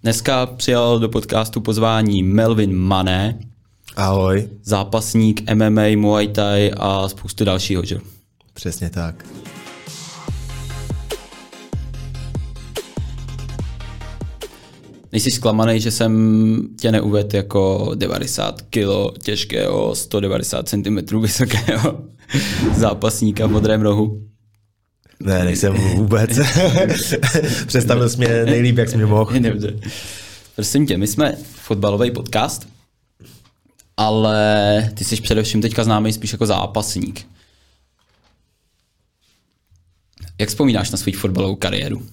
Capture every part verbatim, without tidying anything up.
Dneska přijal do podcastu pozvání Melvin Mané. Ahoj. Zápasník M M A, Muay Thai a spoustu dalšího, že? Přesně tak. Nejsi zklamaný, že jsem tě neuvedl jako devadesát kilo těžkého, sto devadesát centimetrů vysokého zápasníka v modrém rohu? Ne, nejsem vůbec. Představil jsi mě nejlíp, jak jsi mě mohl. Dobře. Prosím tě, my jsme fotbalový podcast, ale ty jsi především teďka známý spíš jako zápasník. Jak vzpomínáš na svou fotbalovou kariéru?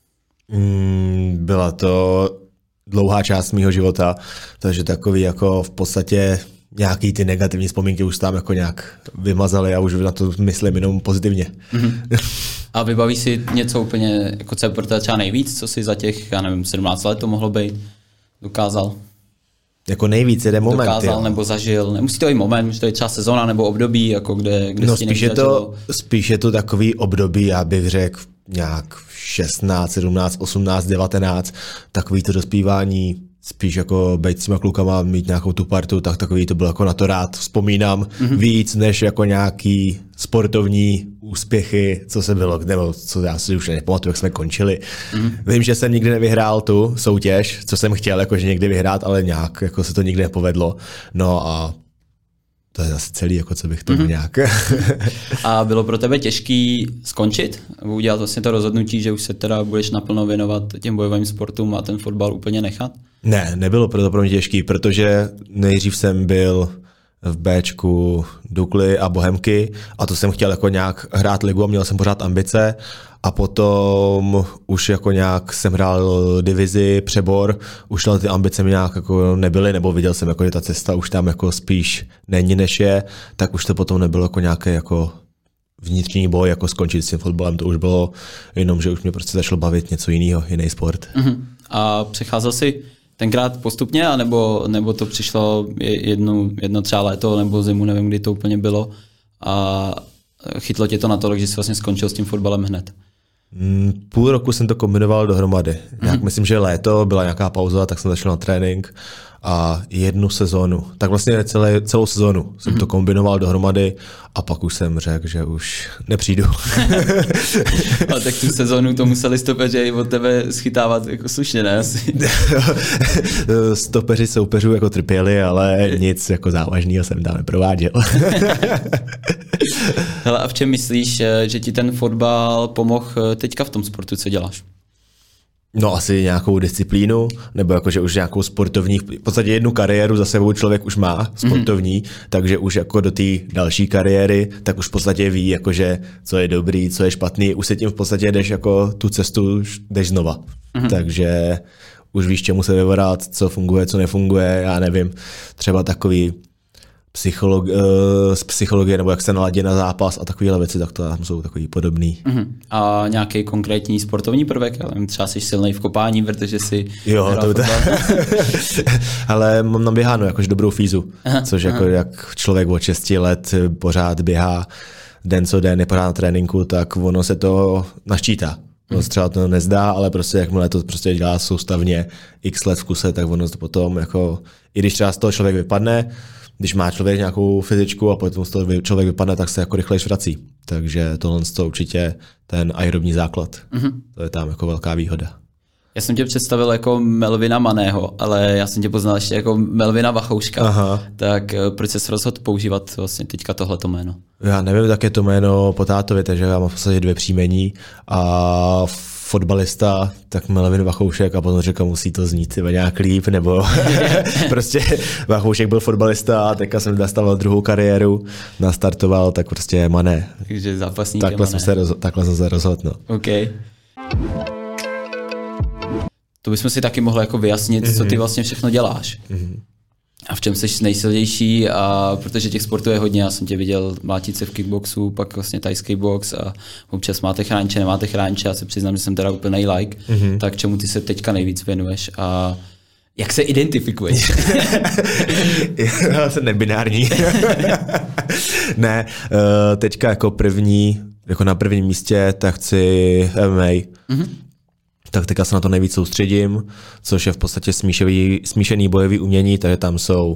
Mm, byla to dlouhá část mýho života, takže takový jako v podstatě nějaký ty negativní vzpomínky už tam jako nějak vymazaly a už na to myslím jenom pozitivně. Mm-hmm. A vybavíš si něco úplně, jako co je pro tebe třeba nejvíc, co si za těch, já nevím, sedmnáct let to mohlo být, dokázal? Jako nejvíc jeden moment. Dokázal jo. nebo zažil, nemusí to být moment, může to být třeba sezóna nebo období, jako kde, kde no, si spíš je, to, spíš je to takový období, já bych řekl nějak šestnáct, sedmnáct, osmnáct, devatenáct, takový to dospívání, spíš jako být s těma klukama, mít nějakou tu partu, tak takový to bylo jako na to rád vzpomínám mm-hmm. víc, než jako nějaký sportovní úspěchy, co se bylo, nebo co já si už nepamatuju, jak jsme končili. Mm-hmm. Vím, že jsem nikdy nevyhrál tu soutěž, co jsem chtěl jakože někdy vyhrát, ale nějak jako se to nikdy nepovedlo. No a to je zase celý, jako co bych to mm-hmm. nějak. A bylo pro tebe těžký skončit? Udělat vlastně to rozhodnutí, že už se teda budeš naplno věnovat těm bojovým sportům a ten fotbal úplně nechat? Ne, nebylo to pro mě těžký, protože nejdřív jsem byl v Bčku Dukly a Bohemky a to jsem chtěl jako nějak hrát ligu a měl jsem pořád ambice a potom už jako nějak jsem hrál divizi, přebor, už ty ambice mi nějak jako nebyly, nebo viděl jsem jako, že ta cesta už tam jako spíš není než je, tak už to potom nebylo jako nějaký jako vnitřní boj, jako skončit s tím fotbalem, to už bylo jenom, že už mě prostě začalo bavit něco jiného, jiný sport. Uh-huh. A přecházel jsi tenkrát postupně, anebo, nebo to přišlo jednu, jedno třeba léto nebo zimu, nevím, kdy to úplně bylo a chytlo tě to natolik, že jsi vlastně skončil s tím fotbalem hned? Mm, půl roku jsem to kombinoval dohromady. Mm-hmm. Nějak, myslím, že léto, byla nějaká pauza, tak jsem začal na trénink a jednu sezónu, tak vlastně celé, celou sezónu jsem mm-hmm. to kombinoval dohromady a pak už jsem řekl, že už nepřijdu. A tak tu sezónu to museli stopeři od tebe schytávat jako slušně, ne? Stopeři soupeřů jako trpěli, ale nic jako závažného jsem tam neprováděl. Hele, a v čem myslíš, že ti ten fotbal pomohl teďka v tom sportu, co děláš? No asi nějakou disciplínu, nebo jakože už nějakou sportovní, v podstatě jednu kariéru za sebou člověk už má sportovní, mm-hmm. takže už jako do té další kariéry, tak už v podstatě ví, jakože co je dobrý, co je špatný, už se tím v podstatě jdeš jako tu cestu, jdeš znova. Mm-hmm. Takže už víš, čemu se vyvarat, co funguje, co nefunguje, já nevím, třeba takový Psycholog, uh, z psychologie, nebo jak se naladí na zápas a takovéhle věci, tak to tam jsou takový podobný. Uh-huh. A nějaký konkrétní sportovní prvek? Ale třeba jsi silnej v kopání, protože jsi jo, to to. Ale mám naběháno jakož dobrou fízu, aha, což aha. jako jak člověk od šesti let pořád běhá den co den, je pořád na tréninku, tak ono se to naščítá. No, třeba to nezdá, ale prostě jakmile to prostě dělá soustavně x let v kuse, tak ono to potom jako, i když třeba z toho člověk vypadne, když má člověk nějakou fyzičku a potom z toho člověk vypadne, tak se jako rychlejš vrací. Takže tohle je určitě ten aerobní základ. Mm-hmm. To je tam jako velká výhoda. Já jsem tě představil jako Melvina Maného, ale já jsem tě poznal ještě jako Melvina Vachouška. Aha. Tak proč jsi rozhodl používat vlastně teďka tohleto jméno? Já nevím, tak je to jméno po tátovi, takže já mám v podstatě dvě příjmení a fotbalista, tak Melvin Vachoušek a potom řekl, musí to znít nějak líp, nebo prostě Vachoušek byl fotbalista a teďka jsem nastavil druhou kariéru, nastartoval, tak prostě Mané. Takže zápasník takhle jsem se rozhodl, takhle jsem se rozhodl, no. OK. To bychom si taky mohli jako vyjasnit, mm-hmm. co ty vlastně všechno děláš. Mm-hmm. A v čem jsi nejsilnější, a protože těch sportů je hodně, já jsem tě viděl mlátit se v kickboxu, pak vlastně thajský box a občas máte chránče, nemáte chránče, já se přiznám, že jsem teda úplnej like, mm-hmm. tak čemu ty se teďka nejvíc věnuješ a jak se identifikuješ? Já jsem nebinární. Ne, teďka jako první, jako na prvním místě, tak chci M M A. Mm-hmm. tak teďka se na to nejvíc soustředím, což je v podstatě smíšený, smíšený bojový umění, takže tam jsou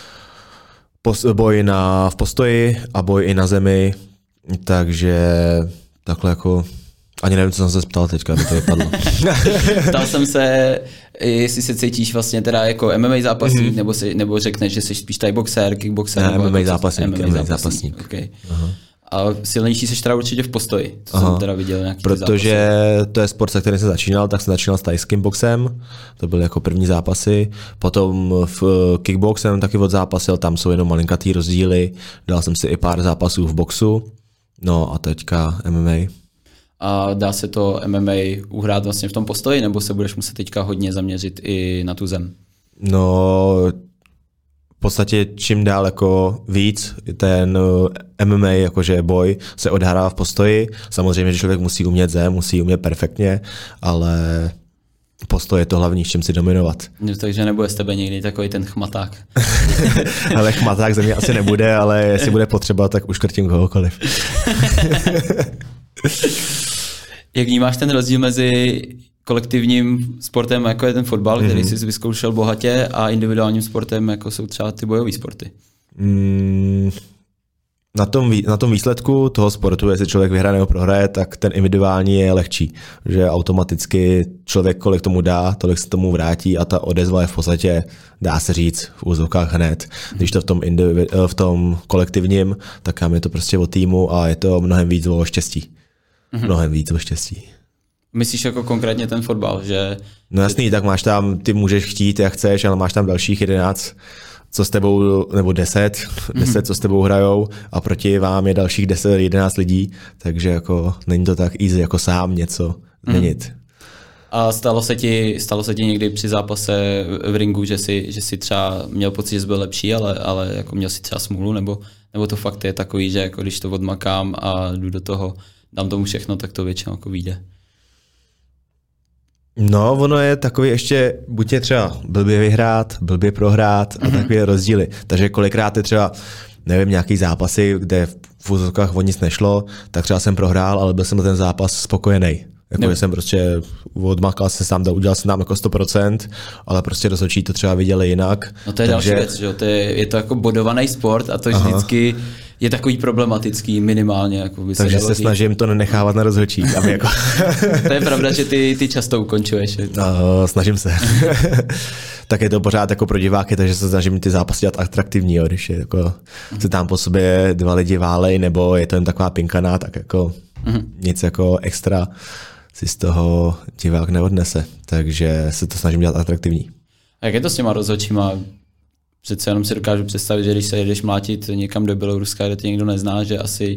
boj na, v postoji a boj i na zemi, takže takhle jako, ani nevím, co jsem se ptal teďka, aby to vypadlo. Ptal jsem se, jestli se cítíš vlastně teda jako M M A zápasník, mm-hmm. nebo, si, nebo řekneš, že jsi spíš thai boxer, kickboxer. Ne, nebo M M A jako zápasník, M M A zápasník. zápasník. Okay. A silnější seš teda určitě v postoji, co Aha. jsem teda viděl nějaký Protože to je sport, se kterým jsem začínal, tak jsem začínal s thajským boxem, to byly jako první zápasy, potom v kickboxem taky odzápasil, tam jsou jenom malinkatý rozdíly, dal jsem si i pár zápasů v boxu, no a teďka M M A. A dá se to M M A uhrát vlastně v tom postoji, nebo se budeš muset teďka hodně zaměřit i na tu zem? No, v podstatě čím dál jako víc ten M M A, jakože boj, se odhrává v postoji. Samozřejmě, že člověk musí umět zem, musí umět perfektně, ale postoj je to hlavní, v čem si dominovat. No, takže nebude z tebe někdy takový ten chmaták. Ale chmaták ze mě asi nebude, ale jestli bude potřeba, tak uškrtím kohokoliv. Jak vnímáš ten rozdíl mezi kolektivním sportem, jako je ten fotbal, mm-hmm. který jsi vyzkoušel bohatě, a individuálním sportem, jako jsou třeba ty bojové sporty? Mm, na, tom, na tom výsledku toho sportu, jestli člověk vyhraje nebo prohraje, tak ten individuální je lehčí. Že automaticky člověk, kolik tomu dá, tolik se tomu vrátí a ta odezva je v podstatě, dá se říct, v úzovkách hned. Když to v tom, individu, v tom kolektivním, tak tam je to prostě o týmu a je to mnohem víc o štěstí. Mm-hmm. Mnohem víc o štěstí. Myslíš jako konkrétně ten fotbal, že... No jasný, tak máš tam, ty můžeš chtít, jak chceš, ale máš tam dalších jedenáct, co s tebou, nebo deset, mm-hmm. deset, co s tebou hrajou a proti vám je dalších deset, jedenáct lidí, takže jako není to tak easy, jako sám něco měnit. Mm-hmm. A stalo se ti, stalo se ti někdy při zápase v ringu, že jsi, že jsi třeba měl pocit, že jsi byl lepší, ale, ale jako měl si třeba smůlu, nebo, nebo to fakt je takový, že jako když to odmakám a jdu do toho, dám tomu všechno, tak to většinou jako vyjde. No, ono je takový ještě, buď je třeba blbě vyhrát, blbě prohrát a mm-hmm. takové rozdíly. Takže kolikrát je třeba, nevím, nějaký zápasy, kde v úzovkách o nic nešlo, tak třeba jsem prohrál, ale byl jsem na ten zápas spokojený. Jako, že jsem prostě odmakal se sám, udělal jsem tam jako sto procent, ale prostě rozhodčí to třeba viděli jinak. No to je takže... další věc, že to je, je to jako bodovaný sport a to Aha. vždycky je takový problematický minimálně. Jako by se takže se snažím to nenechávat na rozhodčích. Aby jako... To je pravda, že ty, ty často ukončuješ. No, snažím se. Tak je to pořád jako pro diváky, takže se snažím ty zápasy dělat atraktivní, jo, když je jako, se tam po sobě dva lidi válej, nebo je to jen taková pinkaná, tak jako mm-hmm. nic jako extra si z toho divák neodnese, takže se to snažím dělat atraktivní. A jak je to s těma rozhodčíma? Přece jenom si dokážu představit, že když se jedeš mlátit někam do Běloruska, kde tě někdo nezná, že asi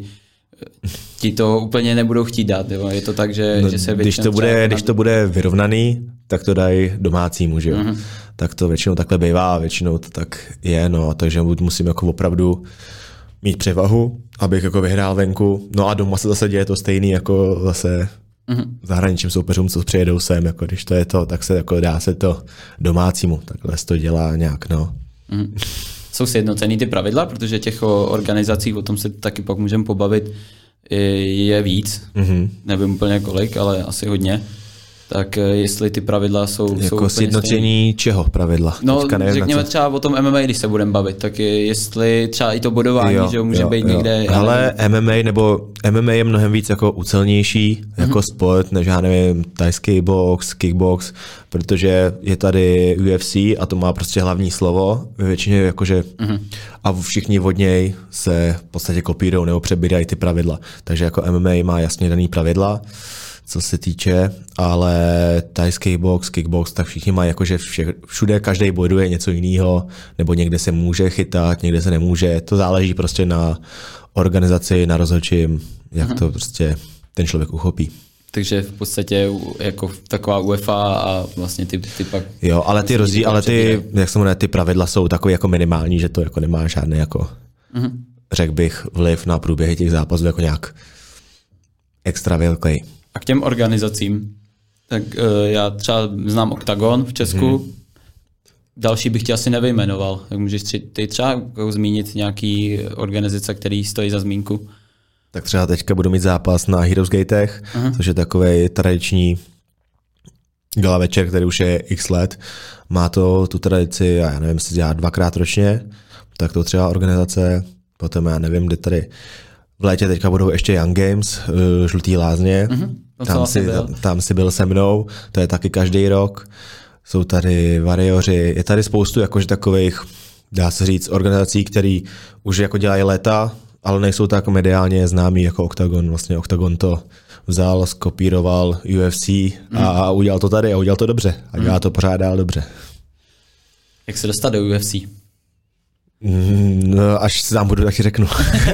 ti to úplně nebudou chtít dát. Jo? Je to tak, že, no, že se když to bude, když to bude vyrovnaný, tak to dají domácímu, že jo. Mm-hmm. Tak to většinou takhle bývá, většinou to tak je, no, takže musím jako opravdu mít převahu, abych jako vyhrál venku. No a doma se zase děje to stejný jako zase mm-hmm. zahraničním soupeřům, co přijedou sem, jako když to je to, tak se jako dá se to domácímu, takhle se to dělá nějak, no. Mm-hmm. Jsou sjednocený ty pravidla, protože těch organizacích, o tom se taky pak můžeme pobavit, je víc. Mm-hmm. Nevím úplně kolik, ale asi hodně. Tak jestli ty pravidla jsou... Jako jsou sjednocení čeho pravidla? No řekněme třeba o tom M M A, když se budeme bavit, tak jestli třeba i to bodování, jo, že může jo, být jo. někde... Ale M M A nebo M M A je mnohem víc jako ucelnější mm-hmm. jako sport, než já nevím, thajský box, kickbox, protože je tady U F C a to má prostě hlavní slovo ve většině jakože mm-hmm. a všichni od něj se v podstatě kopírujou nebo přebírají ty pravidla. Takže jako M M A má jasně daný pravidla, co se týče, ale thajský box, kickbox, tak všichni mají jakože vše, všude každý bojuje něco jiného, nebo někde se může chytat, někde se nemůže. To záleží prostě na organizaci, na rozhodčím, jak to prostě ten člověk uchopí. Takže v podstatě jako taková U E F A a vlastně ty, ty pak... Jo, ale ty rozdíly, ale ty, jak se jmenuje, ty pravidla jsou takové jako minimální, že to jako nemá žádný jako, mm-hmm. řekl bych, vliv na průběhy těch zápasů jako nějak extra velký. A k těm organizacím, tak uh, já třeba znám Octagon v Česku, hmm. další bych tě asi nevyjmenoval. Tak můžeš tři, ty třeba jako zmínit nějaký organizace, který stojí za zmínku? Tak třeba teďka budu mít zápas na Heroes Gatech, uh-huh. což je takový tradiční gala večer, který už je x let. Má to tu tradici, já nevím, se dělá dvakrát ročně, tak to třeba organizace, potom já nevím, kde tady v létě teďka budou ještě Young Games, Žlutý lázně, mm-hmm. tam, si, tam, tam si byl se mnou, to je taky každý rok. Jsou tady varioři, je tady spoustu jakože takových, dá se říct, organizací, které už jako dělají léta, ale nejsou tak mediálně známí jako Octagon. Vlastně Octagon to vzal, skopíroval U F C a mm. udělal to tady a udělal to dobře. A dělá to pořád dál dobře. Jak se dostat do U F C? No, až se tam budu, tak ti řeknu.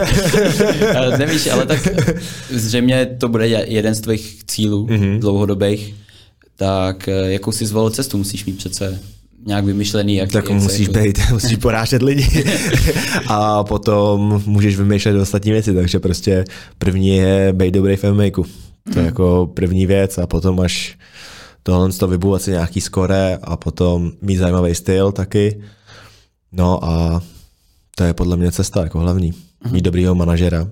Nevíš, ale tak zřejmě to bude jeden z tvých cílů mm-hmm. dlouhodobých. Tak jakou si zvolil cestu, musíš mít přece nějak vymyšlený. Jak, tak jak musíš jako... být, musíš porážet lidi a potom můžeš vymýšlet ostatní věci, takže prostě první je být dobrý v M M A ku. To je jako první věc a potom až tohle to vybudovat si nějaký skore a potom mít zajímavý styl taky. No a to je podle mě cesta jako hlavní. Mít dobrýho manažera.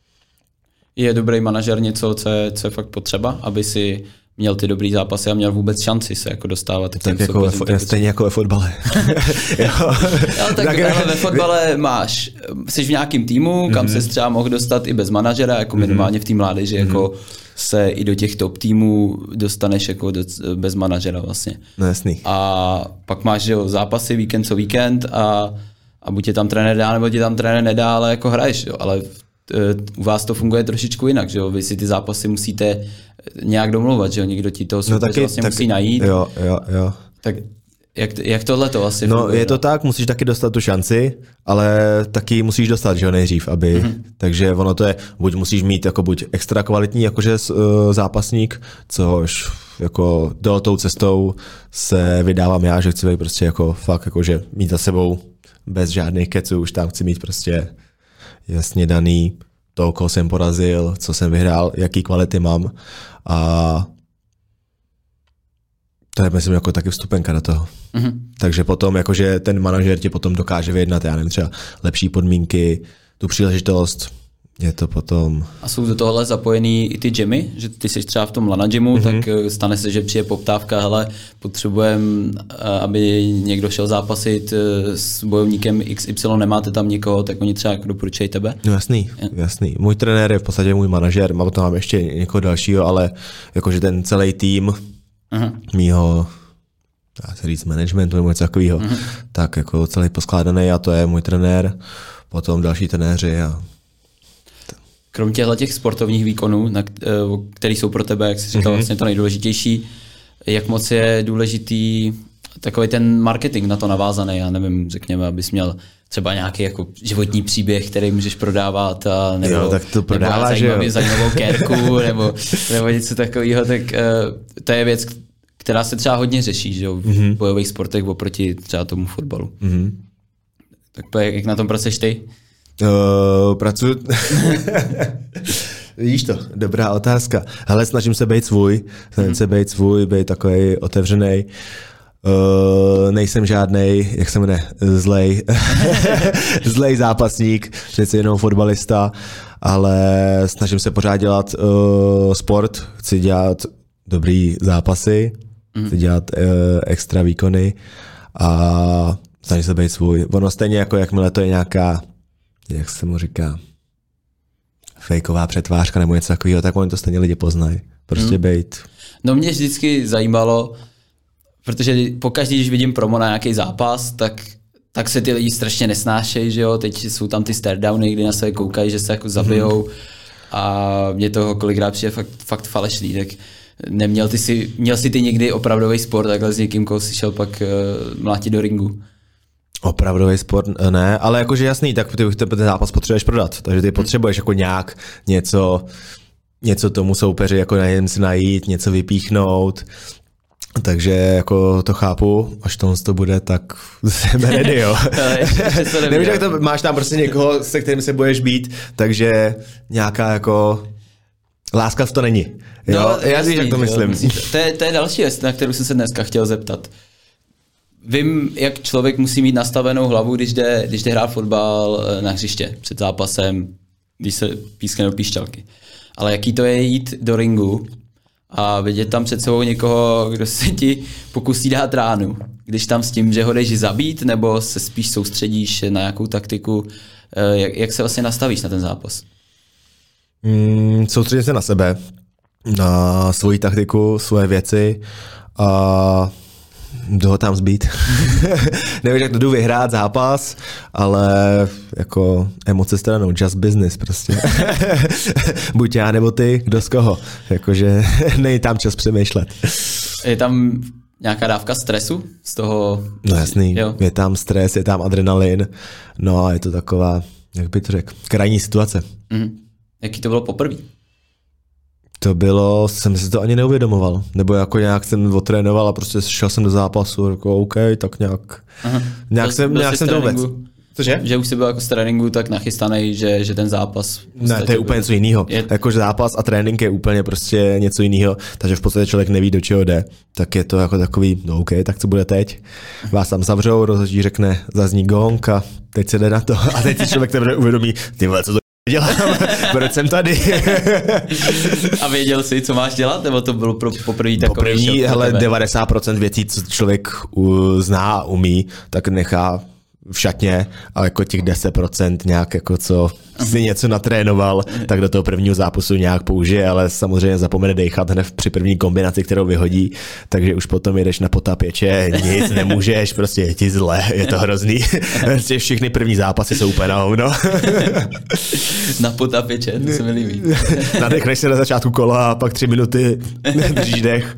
Je dobrý manažer něco, co je, co je fakt potřeba, aby si měl ty dobrý zápasy a měl vůbec šanci se jako dostávat. Tak jako ve fo- stejně jako ve fotbale. jo. Ale tak, tak ale ve fotbale máš, jsi v nějakém týmu, kam mm-hmm. se třeba mohl dostat i bez manažera, jako minimálně v té mládeži, mm-hmm. jako se i do těch top týmů dostaneš jako do, bez manažera vlastně. No jasný. A pak máš jo, zápasy víkend co víkend a, a buď tě tam trenér dá, nebo tě tam trenér nedá, ale jako hraješ, jo. Ale u vás to funguje trošičku jinak, že jo? Vy si ty zápasy musíte nějak domlouvat, že jo? Někdo ti toho no taky, vlastně taky, musí najít. Jo, jo, jo. Tak jak, jak tohle to asi No funguje? Je to tak, musíš taky dostat tu šanci, ale taky musíš dostat, že jo, nejdřív, aby, mm-hmm. takže ono to je, buď musíš mít jako buď extra kvalitní jakože zápasník, což jako tou cestou se vydávám já, že chci být prostě jako fakt jakože mít za sebou bez žádných keců, už tam chci mít prostě jasně daný to, koho jsem porazil, co jsem vyhrál, jaký kvality mám a to je myslím jako taky vstupenka do toho. Mm-hmm. Takže potom jakože ten manažer ti potom dokáže vyjednat, já nevím, třeba lepší podmínky, tu příležitost, je to potom... A jsou do tohohle zapojený i ty gymy, že ty jsi třeba v tom Lana gymu, mm-hmm. tak stane se, že přijde poptávka, hele, potřebujeme, aby někdo šel zápasit s bojovníkem X Y, nemáte tam nikoho, tak oni třeba jako doporučují tebe? No jasný, je. jasný. Můj trenér je v podstatě můj manažer, mám tam ještě někoho dalšího, ale jakože ten celý tým uh-huh. mýho, dá se říct managementu nebo něco takového, uh-huh. tak jako celý poskládaný a to je můj trenér, potom další trenéři a krom těchto těch sportovních výkonů, na, který jsou pro tebe, jak jsi říkal, mm-hmm. vlastně to nejdůležitější, jak moc je důležitý takový ten marketing na to navázaný, já nevím, řekněme, abys měl třeba nějaký jako životní příběh, který můžeš prodávat, a nebo, jo, tak to prodává, nebo zajímavý, zajímavou kérku, nebo, nebo něco takového, tak uh, to je věc, která se třeba hodně řeší, že jo, v mm-hmm. bojových sportech oproti třeba tomu fotbalu. Mm-hmm. Tak jak na tom pracuješ ty? Uh, pracuji. Víš to, dobrá otázka. Hele, snažím se být svůj, snažím mm. se být svůj, být takový otevřený. Uh, nejsem žádnej, jak se jmenuje, zlej, zlej zápasník, přece jenom fotbalista, ale snažím se pořád dělat uh, sport, chci dělat dobrý zápasy, mm. chci dělat uh, extra výkony a snažím se být svůj. Ono stejně jako jakmile to je nějaká, jak se mu říká, fejková přetvářka nebo něco takového, tak oni to stejně lidi poznají. Prostě mm. bejt. No mě vždycky zajímalo, protože pokaždý, když vidím promo na nějaký zápas, tak, tak se ty lidi strašně nesnášejí, že jo, teď jsou tam ty staredowny, kdy na sebe koukají, že se jako zabijou mm. a mě toho kolikrát přijde fakt, fakt falešný, tak neměl ty si, měl jsi ty někdy opravdový sport takhle s někým, koho si šel pak uh, mlátit do ringu? Opravdový sport ne, ale jakože jasný, tak ty ten zápas potřebuješ prodat, takže ty potřebuješ jako nějak něco, něco tomu soupeři jako na si najít, něco vypíchnout, takže jako to chápu, až tohle to bude, tak jsem ready, jo. Nevíš, jak to máš tam prostě někoho, se kterým se budeš být, takže nějaká jako láska v to není. Jo? No, já víš, jak to myslím. To je, to je další věc, na kterou jsem se dneska chtěl zeptat. Vím, jak člověk musí mít nastavenou hlavu, když jde, když jde hrát fotbal na hřiště před zápasem, když se pískne do píšťalky. Ale jaký to je jít do ringu a vidět tam před sebou někoho, kdo se ti pokusí dát ránu. Když tam s tím, že ho jdeš zabít, nebo se spíš soustředíš na nějakou taktiku, jak, jak se vlastně nastavíš na ten zápas? Mm, soustředím se na sebe, na svoji taktiku, svoje věci a jdu ho tam zbít. Nevím, jak to jdu vyhrát zápas, ale jako emoce stranou, just business prostě. Buď já nebo ty, kdo z koho. Jakože není tam čas přemýšlet. Je tam nějaká dávka stresu z toho? No jasný, jo. Je tam stres, je tam adrenalin, no a je to taková, jak by to řekl, krajní situace. Mm. Jaký to bylo poprvé? To bylo, jsem si to ani neuvědomoval, nebo jako nějak jsem otrénoval a prostě šel jsem do zápasu, jako OK, tak nějak, Aha. nějak byl, jsem, byl nějak jsem to vůbec. Cože? Že už jsi byl jako z tréninku tak nachystaný, že, že ten zápas... Ne, to je úplně něco jiného. Je... Jakože zápas a trénink je úplně prostě něco jiného, takže v podstatě člověk neví, do čeho jde. Tak je to jako takový, no OK, tak co bude teď? Vás tam zavřou, rozhodčí řekne, zazní gong a teď se jde na to. A teď si člověk teprve uvědomí, ty vole, co to dělám, proč jsem tady. A věděl jsi, co máš dělat, nebo to bylo pro poprvé takový Poprvé, hele, devadesát procent věcí, co člověk zná a umí, tak nechá v šatně, a jako těch deset procent nějak jako co si něco natrénoval, tak do toho prvního zápasu nějak použije, ale samozřejmě zapomene dejchat hned při první kombinaci, kterou vyhodí, takže už potom jedeš na potápěče, nic nemůžeš, prostě je ti zle, je to hrozný. Prostě všechny první zápasy jsou úplně na hovno. Na potápěče, to se mi líbí. Nadechneš se na začátku kola a pak tři minuty držíš dech.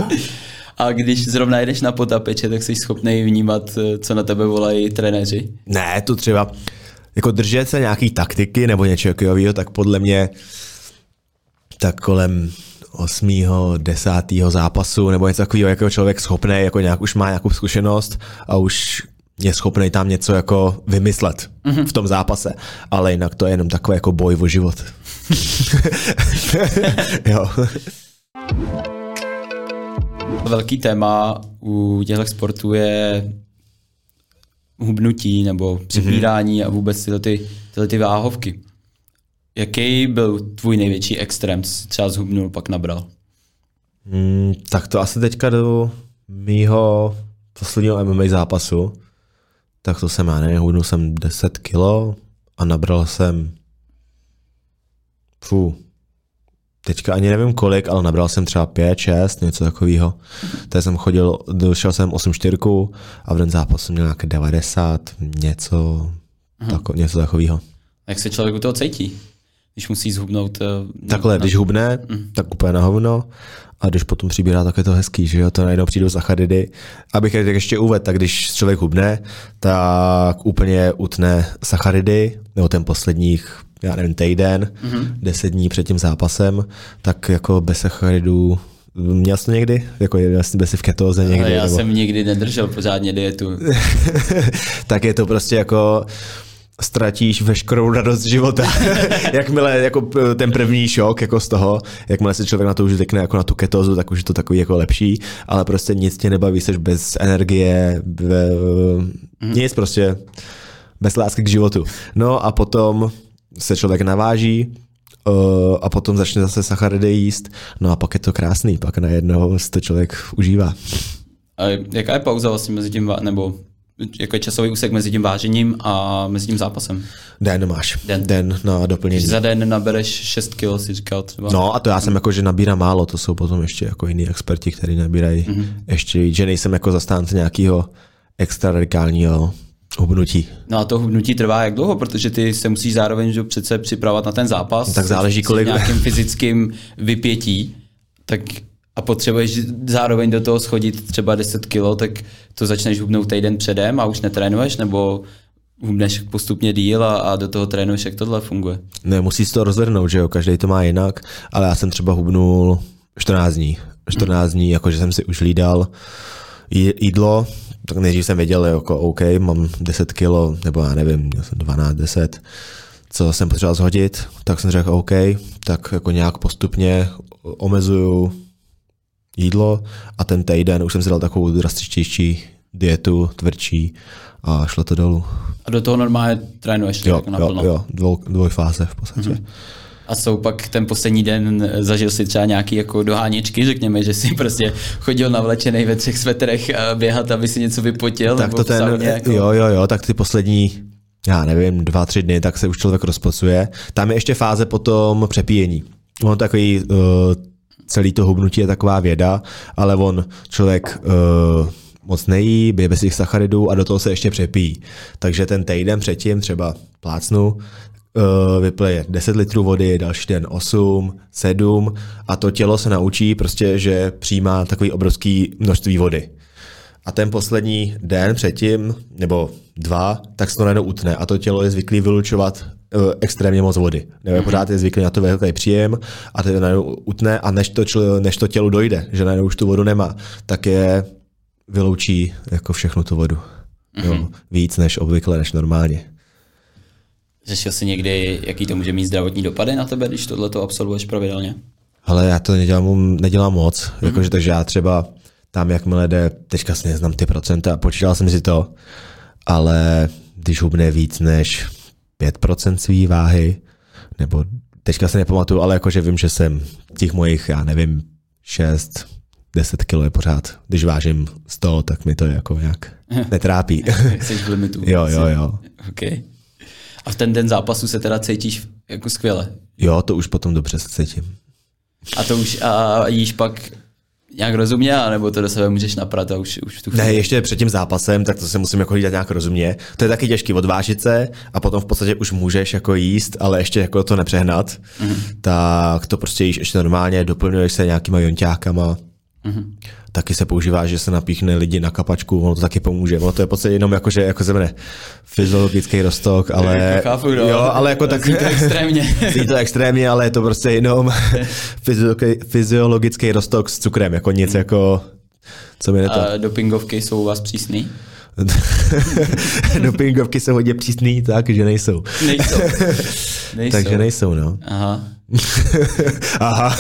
A když zrovna jdeš na potápěče, tak jsi schopný vnímat, co na tebe volají trenéři? Ne, to třeba jako držet se nějaký taktiky nebo něčeho takového, tak podle mě tak kolem osmého, desátého zápasu nebo něco takového, jako člověk schopný, jako nějak už má nějakou zkušenost a už je schopný tam něco jako vymyslet mm-hmm. v tom zápase. Ale jinak to je jenom takový jako boj o život. Jo. Velký téma u těchto sportů je hubnutí nebo připírání mm-hmm. a vůbec tyhle, ty, tyhle ty váhovky. Jaký byl tvůj největší extrém, co jsi třeba zhubnul, pak nabral? Mm, tak to asi teďka do mýho posledního M M A zápasu, tak to jsem, já nevím, hubnul jsem deset kilo a nabral jsem fů, teďka ani nevím kolik, ale nabral jsem třeba pět, šest, něco takového. Tady jsem chodil, došel jsem osm čtyři a v den zápasu jsem měl nějaké devadesát, něco, tako, něco takového. Jak se člověk u toho cítí, když musí zhubnout? Takhle, na... když hubne, mm. tak úplně na hovno, a když potom přibírá, tak je to hezký, že jo, to najednou přijdou sacharidy. Abych tak ještě uvedl, tak když člověk hubne, tak úplně utne sacharidy, nebo ten posledních, já nevím, týden, mm-hmm. deset dní před tím zápasem, tak jako bez sacharidů, měl jsi to někdy? Jako vlastně bez v ketóze někdy? Já nebo... jsem nikdy nedržel pořádně dietu. Tak je to prostě jako ztratíš veškerou radost života. Jakmile jako ten první šok jako z toho, jakmile se člověk na to už zvykne jako na tu ketózu, tak už je to takový jako lepší, ale prostě nic tě nebaví, jsi bez energie, be, mm. nic prostě, bez lásky k životu. No a potom se člověk naváží uh, a potom začne zase sacharidy jíst, no a pak je to krásný, pak najednou se to člověk užívá. A jaká je pauza vlastně mezi tím, nebo jako je časový úsek mezi tím vážením a mezi tím zápasem? Den máš. Den, den na doplnění. Za den nabereš šest kilo, si říkal třeba. No a to já jsem jako, že nabírám málo, to jsou potom ještě jako jiní experti, kteří nabírají mm-hmm. ještě víc, že nejsem jako zastánce nějakého extra radikálního hubnutí. No a to hubnutí trvá jak dlouho, protože ty se musíš zároveň že přece připravovat na ten zápas. No tak záleží kolik. S nějakým fyzickým vypětí, tak a potřebuješ zároveň do toho schodit třeba deset kilo, tak to začneš hubnout týden předem a už netrénuješ, nebo hubneš postupně díl a, a do toho trénuješ, jak tohle funguje? Ne, musíš to rozvrhnout, že jo, každý to má jinak, ale já jsem třeba hubnul čtrnáct dní. čtrnáct dní, jakože jsem si už hlídal jídlo, tak nejdřív jsem věděl, jako OK, mám deset kilo, nebo já nevím, dvanáct, deset, co jsem potřeboval zhodit, tak jsem řekl OK, tak jako nějak postupně omezuju jídlo a ten týden už jsem si dal takovou drastičtější dietu, tvrdší a šlo to dolů. A do toho normálně trénuješ? Jo, jako naplno? jo, jo, dvou, dvojfáze v podstatě. Mm-hmm. A jsou pak ten poslední den, zažil si třeba nějaký jako doháněčky, řekněme, že si prostě chodil navlečenej ve třech svetrech a běhat, aby si něco vypotil. Tak to ten, jako... jo, jo, jo, tak ty poslední, já nevím, dva, tři dny, tak se už člověk rozpocuje. Tam je ještě fáze potom přepíjení. On takový, uh, celý to hubnutí je taková věda, ale on člověk uh, moc nejí, bije bez těch sacharidů a do toho se ještě přepíjí. Takže ten týden předtím třeba plácnu, uh, vypije deset litrů vody, další den osm, sedm a to tělo se naučí prostě, že přijímá takový obrovský množství vody. A ten poslední den předtím, nebo dva, tak se to najednou utne a to tělo je zvyklý vylučovat uh, extrémně moc vody. Nebo mm-hmm. pořád je zvyklý na to velký příjem a to najednou utne a než to, člo, než to tělo dojde, že najednou už tu vodu nemá, tak je vyloučí jako všechnu tu vodu. Mm-hmm. Jo, víc než obvykle, než normálně. Řešil jsi někdy, jaký to může mít zdravotní dopady na tebe, když tohleto absolvuješ pravidelně? Ale já to nedělám, nedělám moc, mm-hmm. jakože, takže já třeba tam, jakmile jde, teďka si neznám ty procenta, počítal jsem si to, ale když hubne víc než pět procent svý váhy, nebo teďka se nepamatuju, ale jakože vím, že jsem těch mojich, já nevím, šest, deset kilo je pořád. Když vážím sto, tak mi to jako nějak netrápí. Jsi v limitu. Jo, jo, jo. Okay. A v ten den zápasu se teda cítíš jako skvěle? Jo, to už potom dobře se cítím. A to už a jíš pak nějak rozumně, nebo to do sebe můžeš naprat a už, už tu chvíli? Ne, ještě před tím zápasem, tak to se musím jako jídat nějak rozumně. To je taky těžký odvážit se a potom v podstatě už můžeš jako jíst, ale ještě jako to nepřehnat. Mm-hmm. Tak to prostě jíš ještě normálně, doplňuješ se nějakýma jonťákama. Mm-hmm. Taky se používá, že se napíchne lidi na kapačku, ono to taky pomůže. Ono to je v podstatě jenom jako, že jako se jmenuje fyziologický roztok, ale chápu, no. Jo, ale jako tak zní to extrémně. Zní to extrémně, ale je to prostě jenom fyziologický roztok s cukrem, jako nic jako, co mi neto. A dopingovky jsou u vás přísný? Dopingovky jsou hodně přísný, tak, že nejsou. Nejsou. nejsou. Takže nejsou, no. Aha. Aha.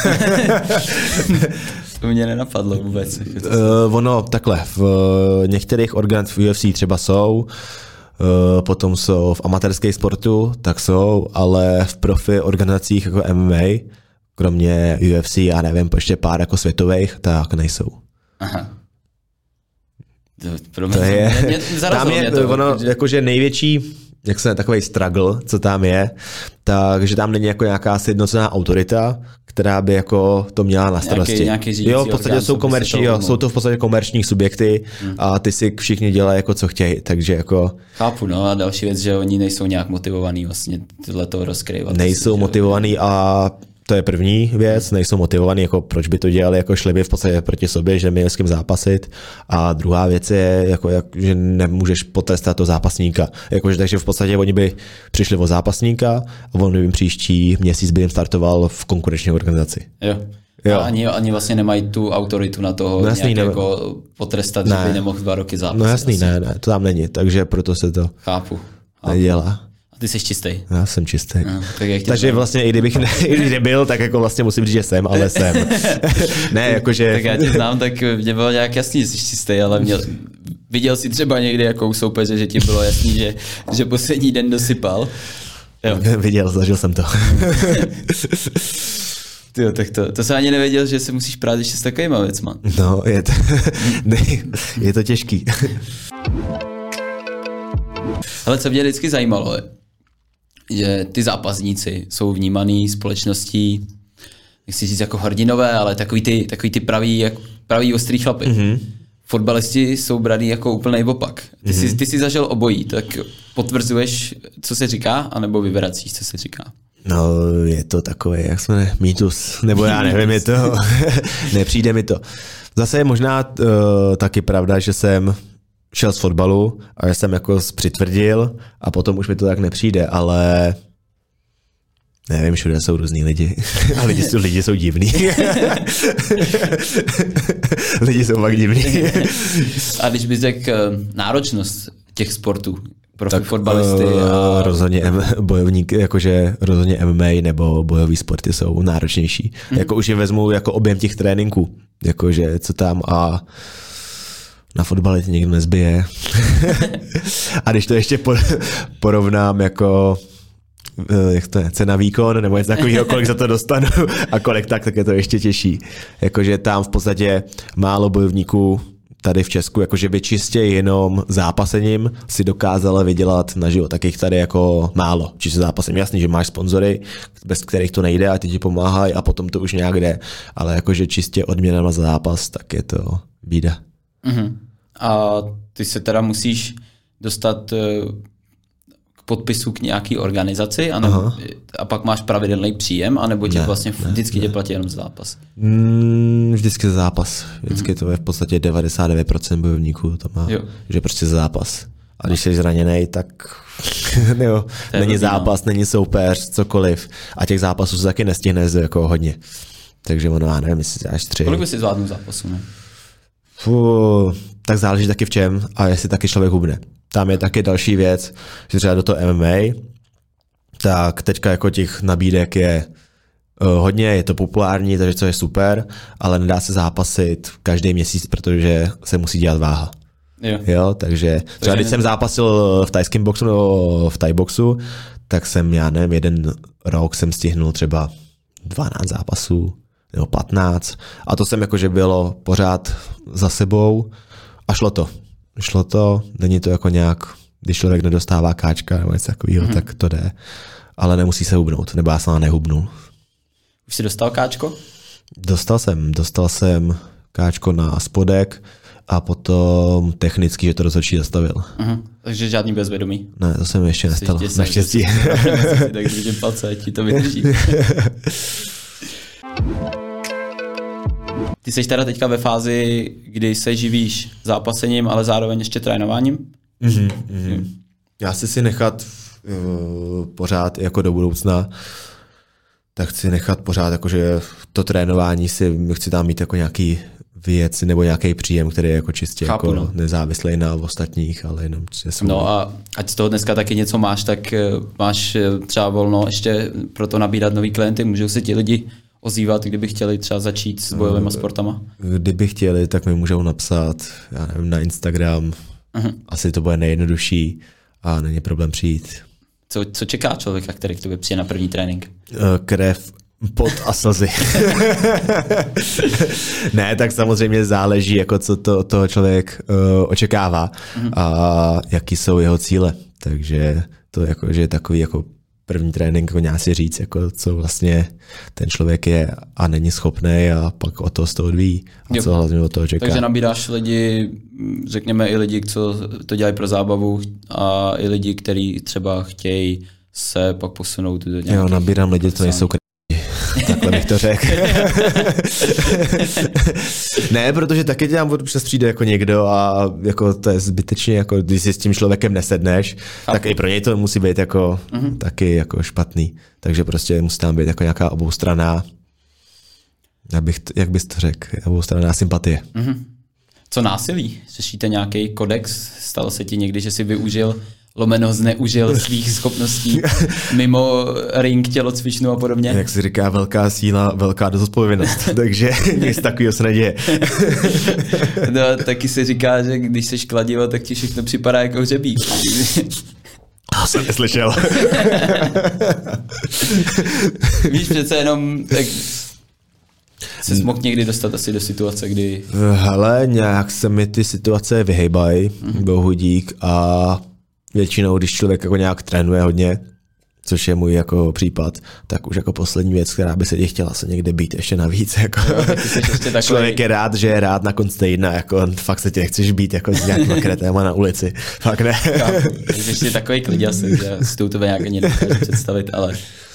To mě nenapadlo vůbec. Uh, ono takhle, v uh, některých organizacích v U F C třeba jsou, uh, potom jsou v amatérském sportu, tak jsou, ale v profi organizacích jako M M A, kromě U F C, já nevím, ještě pár jako světových, tak nejsou. Aha. To, pro mě, to je, mě, mě tam je to, ono, že... jakože největší, jak se takový struggle, co tam je, takže tam není jako nějaká sjednocená autorita, která by jako to měla na starosti. Nějaký, nějaký jo, v podstatě jsou komerční, jo, jsou to v podstatě komerční subjekty hmm. a ty si všichni dělají jako co chtějí, takže jako... Chápu, no a další věc, že oni nejsou nějak motivovaní vlastně tohleto rozkryvat. Nejsou si, motivovaní a to je první věc, nejsou motivovaní, jako proč by to dělali, jako šli by v podstatě proti sobě, že měli s kým zápasit. A druhá věc je, jako, jak, že nemůžeš potrestat toho zápasníka. Jako, že, takže v podstatě oni by přišli o zápasníka a on by jim příští měsíc by jim startoval v konkurenční organizaci. Jo. Jo. A ani, ani vlastně nemají tu autoritu na toho no jasný, nějak jako potrestat, ne. že by nemohl dva roky zápasit. No jasný, asi. ne, ne, to tam není, takže proto se to chápu. chápu. nedělá. Ty jsi čistý. Já jsem čistý. No, tak Takže znám. Vlastně i kdybych ne, i kdyby nebyl, tak jako vlastně musím říct, že jsem, ale jsem. Ne, jakože... Tak já tě znám, tak mě bylo nějak jasný, že jsi čistý, ale měl, viděl jsi třeba někdy jako soupeře, že ti bylo jasný, že, že poslední den dosypal. Jo. Viděl, zažil jsem to. Tyjo, tak to, to jsem ani nevěděl, že se musíš prát ještě s takovýma věcma. No, je to, ne, je to těžký. Ale co mě vždycky zajímalo je, že ty zápasníci jsou vnímaný společností, nechci říct jako hrdinové, ale takový ty, takový ty pravý, jako, pravý ostrý chlapy. Mm-hmm. Fotbalisti jsou braný jako úplnej opak. Ty, mm-hmm. jsi, ty jsi zažil obojí, tak potvrzuješ, co se říká, anebo vyvracíš, co se říká? No, je to takový, jak jsme ne, mýtus, nebo já nevím, je to, nepřijde mi to. Zase je možná uh, taky pravda, že jsem šel z fotbalu a já jsem jako přitvrdil a potom už mi to tak nepřijde, ale nevím, všude jsou různý lidi a lidi jsou, lidi jsou divný. Lidi jsou fakt divný. A když bys řekl náročnost těch sportů, profi fotbalisty a... rozhodně bojovník, jakože rozhodně M M A nebo bojový sporty jsou náročnější. Hmm. Jako už je vezmu jako objem těch tréninků, jakože co tam a na fotbale tě někdo nezbije. A když to ještě porovnám jako jak to je, cena výkon, nebo něco takového, kolik za to dostanu a kolik tak, tak je to ještě těžší. Jakože tam v podstatě málo bojovníků tady v Česku, jakože by čistě jenom zápasením si dokázala vydělat na život. Tak jich tady jako málo. Čistě zápasem. Jasný, že máš sponzory, bez kterých to nejde a ty ti pomáhají a potom to už nějak jde. Ale jakože čistě odměnama za zápas, tak je to bída. Uh-huh. A ty se teda musíš dostat k podpisu k nějaký organizaci a, nebo, a pak máš pravidelný příjem, anebo tě ne, vlastně ne, vždycky ne. tě platí jenom za zápas? Mm, vždycky za zápas. Vždycky mm. to je v podstatě devadesát devět procent bojovníků to má, jo. že prostě za zápas. A když jsi zraněnej, tak jo, není zápas, no. není soupeř, cokoliv. A těch zápasů se taky nestihne jako hodně. Takže ono, já nevím, jestli až tři. Kolik by si zvládnul zápasů, ne? Fuh, tak záleží taky v čem a jestli taky člověk hubne. Tam je taky další věc, že třeba do toho M M A, tak teďka jako těch nabídek je uh, hodně, je to populární, takže to je super, ale nedá se zápasit každý měsíc, protože se musí dělat váha. Jo. jo takže třeba když jsem zápasil v thajském boxu nebo v thai boxu, tak jsem, já nevím, jeden rok jsem stihnul třeba dvanáct zápasů nebo patnáct a to jsem jakože bylo pořád za sebou a šlo to. Šlo to, není to jako nějak, když člověk nedostává káčka nebo něco takového, hmm. tak to jde, ale nemusí se hubnout, nebo já jsem nehubnul. Už jsi dostal káčko? Dostal jsem, dostal jsem káčko na spodek a potom technicky, že to rozhodčí zastavil. Uh-huh. Takže žádný bezvědomí? Ne, to jsem ještě nestalo, naštěstí. Tak držím palce, ti to vydrží. Ty jsi teda teďka ve fázi, kdy se živíš zápasením, ale zároveň ještě trénováním? Mm-hmm, mm-hmm. Já chci si nechat uh, pořád jako do budoucna, tak chci nechat pořád jakože to trénování si, chci tam mít jako nějaký věc nebo nějaký příjem, který je jako čistě Chápu, jako no. nezávislý na ostatních, ale jenom se No a ať z toho dneska taky něco máš, tak máš třeba volno ještě pro to nabírat nový klienty, můžou se ti lidi ozývat, kdyby chtěli třeba začít s bojovými sportama? Kdyby chtěli, tak mi můžou napsat, já nevím, na Instagram. Uh-huh. Asi to bude nejjednodušší a není problém přijít. Co, co čeká člověka, který k tobě přijde na první trénink? Krev, pot a slzy. Ne, tak samozřejmě záleží, jako co to toho člověk uh, očekává uh-huh. a jaký jsou jeho cíle. Takže to jako, že je takový jako první trénink, jako nějak si říct, jako co vlastně ten člověk je a není schopný a pak o to z toho odvíjí a jo. co hlavně od toho čeká. Takže nabíráš lidi, řekněme i lidi, co to dělají pro zábavu a i lidi, kteří třeba chtějí se pak posunout do nějakých... Jo, nabírám lidi, co nejsou k***. Takhle bych to řekl. Ne, protože taky dělám, přes přijde jako někdo a jako to je zbytečně, jako když si s tím člověkem nesedneš, Chápu. tak i pro něj to musí být jako uh-huh. taky jako špatný. Takže prostě musí tam být jako nějaká oboustranná, abych, jak bys to řekl, oboustranná sympatie. Uh-huh. Co násilí? Řešíte nějaký kodex? Stalo se ti někdy, že jsi využil lomeno zneužil svých schopností mimo ring, tělocvičnu a podobně? Jak se říká, velká síla, velká zodpovědnost, takže nic takového se neděje. No, taky se říká, že když seš kladivo, tak ti všechno připadá jako hřebík. To jsem neslyšel. Víš, přece jenom tak jsi mohl někdy dostat asi do situace, kdy... Hele, nějak se mi ty situace vyhejbají, mm-hmm. bohu dík, a většinou, když člověk jako nějak trénuje hodně, což je můj jako případ, tak už jako poslední věc, která by se tě chtěla se někde být ještě navíc. Jako. No, takový... Člověk je rád, že je rád na konci týdna, jako fakt se tě nechceš být jako s nějakýma kretéma na ulici. Fakt ne. Takže jsi takový kliděsy, že si to u tebe nějak ani nedokážu představit, ale,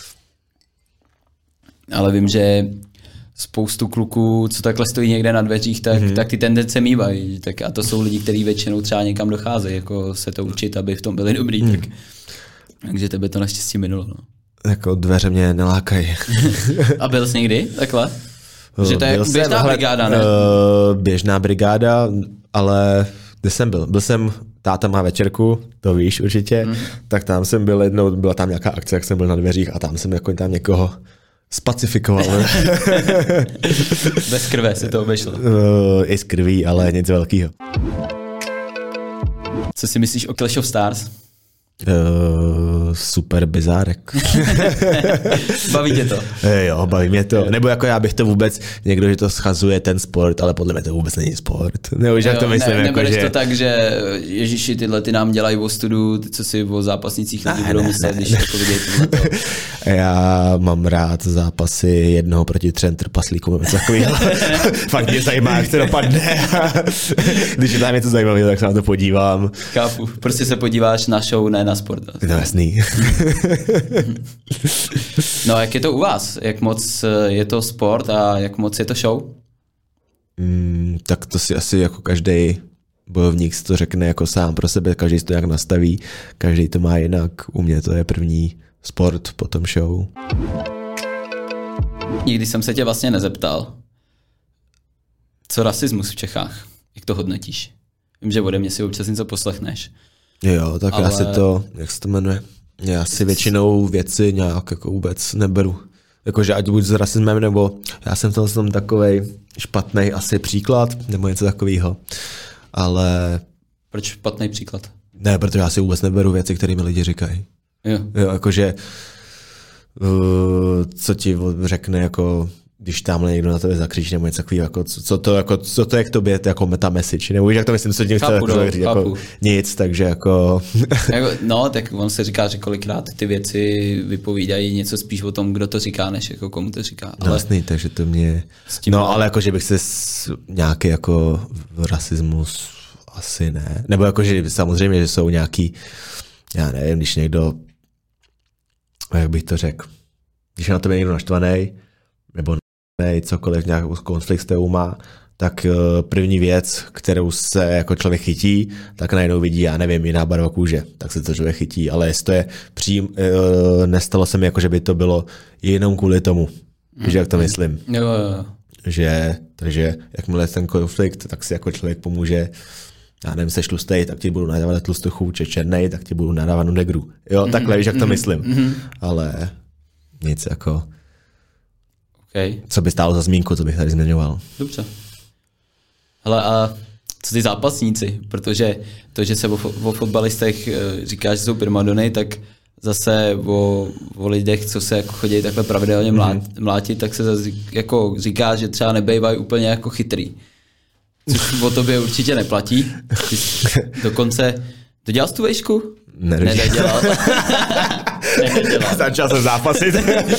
ale vím, že spoustu kluků, co takhle stojí někde na dveřích, tak, mm-hmm. tak ty tendence mývají. Tak a to jsou lidi, kteří většinou třeba někam docházejí, jako se to učit, aby v tom byli dobrý. Mm. Tak, takže tebe to naštěstí minulo. No. Jako dveře mě nelákají. A byl jsi někdy takhle? Že to je byl běžná jsem, brigáda, ne? Uh, běžná brigáda, ale kde jsem byl? Byl jsem, táta má večerku, to víš určitě, mm. tak tam jsem byl jednou, byla tam nějaká akce, jak jsem byl na dveřích a tam jsem jako tam někoho spacifikoval. Bez krve se to obešlo. Uh, I s krví, ale nic velkýho. Co si myslíš o Clash of Stars? Uh, super bizárek. Baví tě to? Jo, baví mě to. Nebo jako já bych to vůbec, někdo, že to schazuje ten sport, ale podle mě to vůbec není sport. Nebo že jak to myslím, ne, jako, že... to tak, že ježiši, tyhle ty nám dělají o studu, ty, co si o zápasnicích lidi budou myslet, když jako vidějí tohleto. Já mám rád zápasy jednoho proti třem trpaslíkům. Fakt mě zajímá, jak to dopadne. Když je tam něco zajímavé, tak se na to podívám. Chápu. Prostě se podíváš na show, ne na sport. No jasný. No jak je to u vás? Jak moc je to sport a jak moc je to show? Mm, tak to si asi jako každý bojovník si to řekne jako sám pro sebe, každý si to jak nastaví, každý to má jinak. U mě to je první sport, potom show. Nikdy jsem se tě vlastně nezeptal, co rasismus v Čechách, jak to hodnotíš? Vím, že ode mě si občas něco poslechneš. Jo, tak ale... já si to, jak se to jmenuje, já si většinou věci nějak jako vůbec neberu. Jakože ať buď s rasismem, nebo já jsem to jsem takovej špatný asi příklad, nebo něco takového. Ale... Proč špatný příklad? Ne, protože já si vůbec neberu věci, které mi lidi říkají. Jo. Jo, jakože uh, co ti řekne, jako když tamhle někdo na tebe zakřičí nebo něco takového, jako, co, to, jako, co to je k tobě, to jako meta message, nebo víš, jak to myslím, co tím chce jako říct, jako nic, takže jako... jako... No, tak on se říká, že kolikrát ty věci vypovídají něco spíš o tom, kdo to říká, než jako komu to říká. Ale... No jasný, takže to mě... No, ale jako, že bych se s... nějaký jako rasismus asi ne, nebo jako, že samozřejmě, že jsou nějaký, já nevím, když někdo, jak bych to řekl, když je na tebe někdo naštvaný, nebo ne, cokoliv, nějakou konflikt s tebou má, tak první věc, kterou se jako člověk chytí, tak najednou vidí, já nevím, jiná barva kůže, tak se to člověk chytí, ale jestli to je přím, nestalo se mi jako, že by to bylo jenom kvůli tomu, mm. že jak to myslím. Jo, jo. Že, takže jakmile ten konflikt, tak si jako člověk pomůže, já nevím, seš tlustej, tak ti budu nadávat tlustochů, če černej, tak ti budu nadávat negru. Jo, mm-hmm. takhle víš, jak to myslím. Mm-hmm. Ale nic jako... Okay. Co by stálo za zmínku, co bych tady zmiňoval. Dobře. Hele, a co ty zápasníci? Protože to, že se o, o fotbalistech říká, že jsou primadony, tak zase o, o lidech, co se jako chodí takhle pravidelně mlát, mm-hmm. mlátit, tak se zase jako říká, že třeba nebejvají úplně jako chytrý. Což o tobě určitě neplatí. Ty dokonce... Dodělal jsi tu vejšku? Nedodělal. Začal jsem zápasit.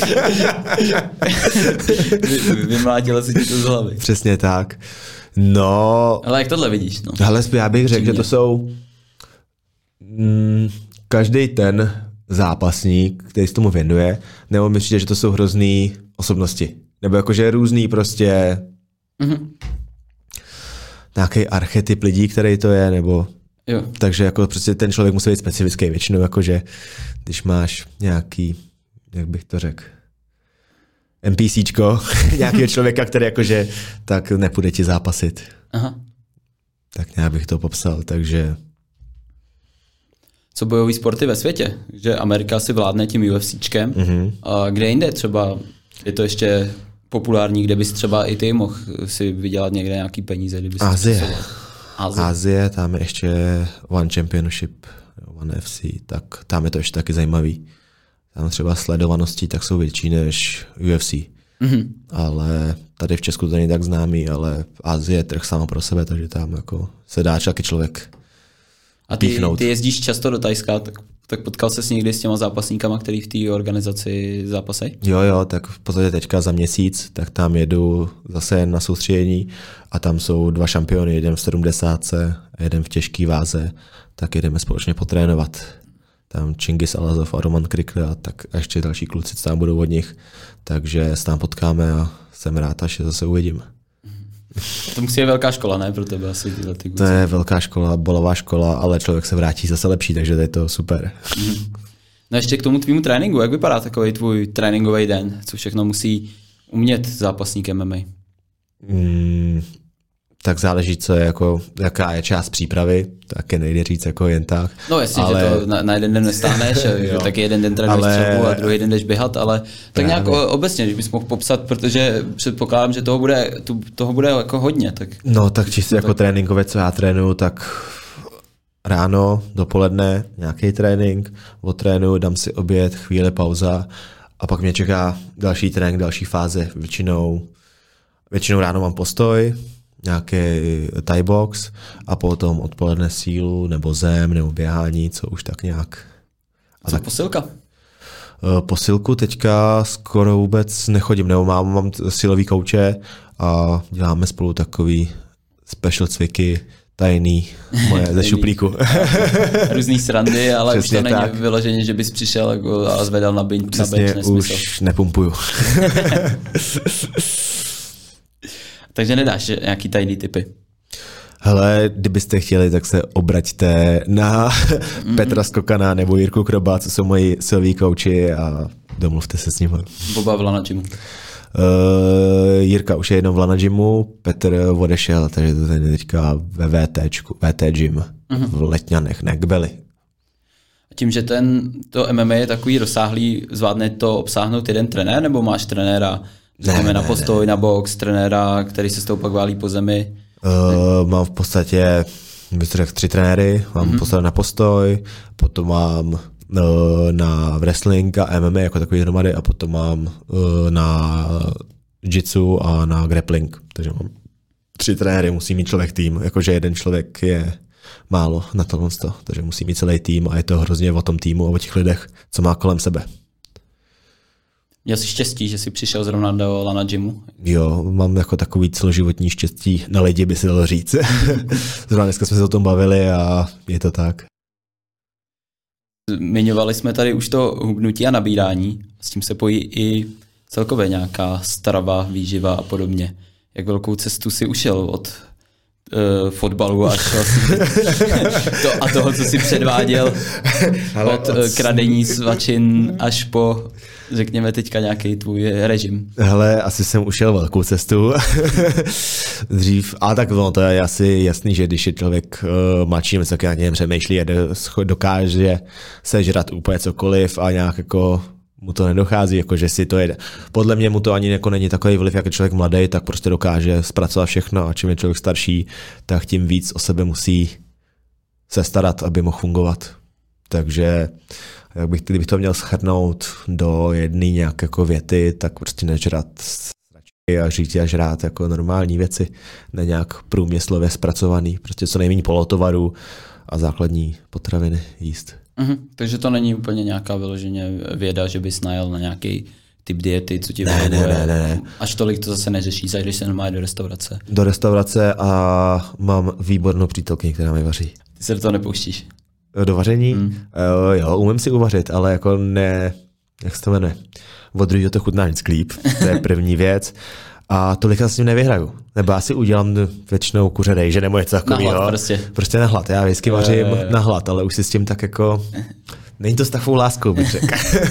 Vymlátila si ti to z hlavy. Přesně tak. No... Ale jak tohle vidíš? No? Hele, já bych řekl, že to jsou... Mm, každý ten zápasník, který se tomu věnuje, nebo myslíte, že to jsou hrozný osobnosti? Nebo jakože různý prostě... Mm-hmm. Nějaký archetyp lidí, který to je, nebo... Jo. Takže jako prostě ten člověk musí být specifický většinou, jakože když máš nějaký, jak bych to řekl, NPCčko, nějakého člověka, který jakože tak nepůjde ti zápasit. Aha. Tak nějak bych to popsal, takže... Co bojový sporty ve světě? Že Amerika si vládne tím UFCčkem. Mm-hmm. A kde jinde třeba je to ještě populární, kde bys třeba i ty mohl si vydělat někde nějaký peníze? Azie. Azie. Azie, tam je ještě One Championship, One F C, tak tam je to ještě taky zajímavý. Tam třeba sledovaností tak jsou větší než U F C. Mm-hmm. Ale tady v Česku to není tak známý, ale Azie je trh sama pro sebe, takže tam jako se dá taky člověk A ty, píchnout. ty jezdíš často do Thajska, tak, tak potkal ses někdy s těma zápasníkama, který v té organizaci zápasejí? Jo, jo, tak v podstatě teďka za měsíc, tak tam jedu zase na soustředění a tam jsou dva šampiony, jeden v sedmdesátce a jeden v těžké váze, tak jedeme společně potrénovat. Tam Čingis Alazov a Roman Krikl a tak a ještě další kluci, co tam budou od nich, takže se tam potkáme a jsem rád, až se zase uvidím. To musí být velká škola, ne? Pro tebe asi tyhle ty kluci. To je velká škola, bolová škola, ale člověk se vrátí zase lepší, takže to je to super. Mm. No ještě k tomu tvýmu tréninku, jak vypadá takový tvůj tréninkový den? Co všechno musí umět zápasník M M A? Mm, tak záleží, co je jako, jaká je část přípravy, taky nejde říct jako jen tak. No jasně, ale... že to na, na jeden den nestáhneš, že taky jeden den trénuješ ale... střelbu a druhý den jdeš běhat, ale tak právě. Nějak obecně, když bys mohl popsat, protože předpokládám, že toho bude, tu, toho bude jako hodně. Tak... No tak čistě jako tréninkové, co já trénuju, tak ráno, dopoledne, nějaký trénink, odtrénuju, dám si oběd, chvíli pauza a pak mě čeká další trénink, další fáze. Většinou, většinou ráno mám postoj, nějaký Thai box a potom odpoledne sílu nebo zem nebo běhání, co už tak nějak. A co tak, posilka? Posilku teďka skoro vůbec nechodím, nebo mám, mám silový kouče a děláme spolu takový special cviky, tajný, moje ze šuplíku. Různý srandy, ale přesně už to není tak. Vyloženě, že bys přišel jako a zvedal na bench. Přesně, na už nepumpuju. Takže nedáš nějaký tajný tipy? Hele, kdybyste chtěli, tak se obraťte na mm-hmm. Petra Skokana nebo Jirku Kroba, co jsou moji siloví kouči a domluvte se s nimi. Boba v Lana Gymu. Uh, Jirka už je jenom v Lana Gymu, Petr odešel, takže to je teďka ve VTčku, V T Gym mm-hmm. v Letňanech, ne, Kbely. A tím, že ten, to M M A je takový rozsáhlý, zvládne to obsáhnout jeden trenér, nebo máš trenéra, ne, na postoj, ne. na box, trenéra, který se s tou pak válí po zemi? Uh, mám v podstatě, bych řekl, tři trenéry, mám mm-hmm. postoj na postoj, potom mám uh, na wrestling a M M A jako takový hromady a potom mám uh, na jiu-jitsu a na grappling, takže mám tři trenéry, musí mít člověk tým, jakože jeden člověk je málo na tohle, takže musí mít celý tým a je to hrozně o tom týmu a o těch lidech, co má kolem sebe. Měl jsi štěstí, že jsi přišel zrovna do Lana Gymu? Jo, mám jako takový celoživotní štěstí na lidi, by se dalo říct. Zrovna dneska jsme se o tom bavili a je to tak. Zmiňovali jsme tady už to hubnutí a nabírání. S tím se pojí i celkově nějaká strava, výživa a podobně. Jak velkou cestu si ušel od uh, fotbalu až vlastně to, a toho, co si předváděl od uh, kradení svačin až po, řekněme teďka, nějaký tvůj režim. Hele, asi jsem ušel velkou cestu. Dřív, a tak no, to je asi jasný, že když je člověk uh, mladší, tak na něm přemýšlí a dokáže sežrat úplně cokoliv a nějak jako mu to nedochází, jako že si to jede. Podle mě mu to ani jako není takový vliv, jak je člověk mladý, tak prostě dokáže zpracovat všechno a čím je člověk starší, tak tím víc o sebe musí se starat, aby mohl fungovat. Takže jak bych, kdybych to měl shrnout do jedné nějak jako věty, tak prostě nežrat sračky a žít a žrát jako normální věci, ne nějak průmyslově zpracovaný, prostě co nejméně polotovarů a základní potraviny jíst. Mhm, takže to není úplně nějaká vyloženě věda, že bys najel na nějaký typ diety, co ti ne, ne, ne, ne. Až tolik to zase neřeší, zajdeš se normálně do restaurace. Do restaurace a mám výbornou přítelkyni, která mi vaří. Ty se do toho nepouštíš? Do vaření? Hmm. Uh, jo, umím si uvařit, ale jako ne, jak se to jmenuje, od druhého to chutná nic líp, to je první věc. A tolik s ním nevyhraju. Nebo já si udělám většinou kuře rejže nebo něco takového. Na hlad prostě. Prostě na hlad. Já vždycky vařím je, je, je. na hlad, ale už si s tím tak jako... Není to s takovou láskou, bych řekl.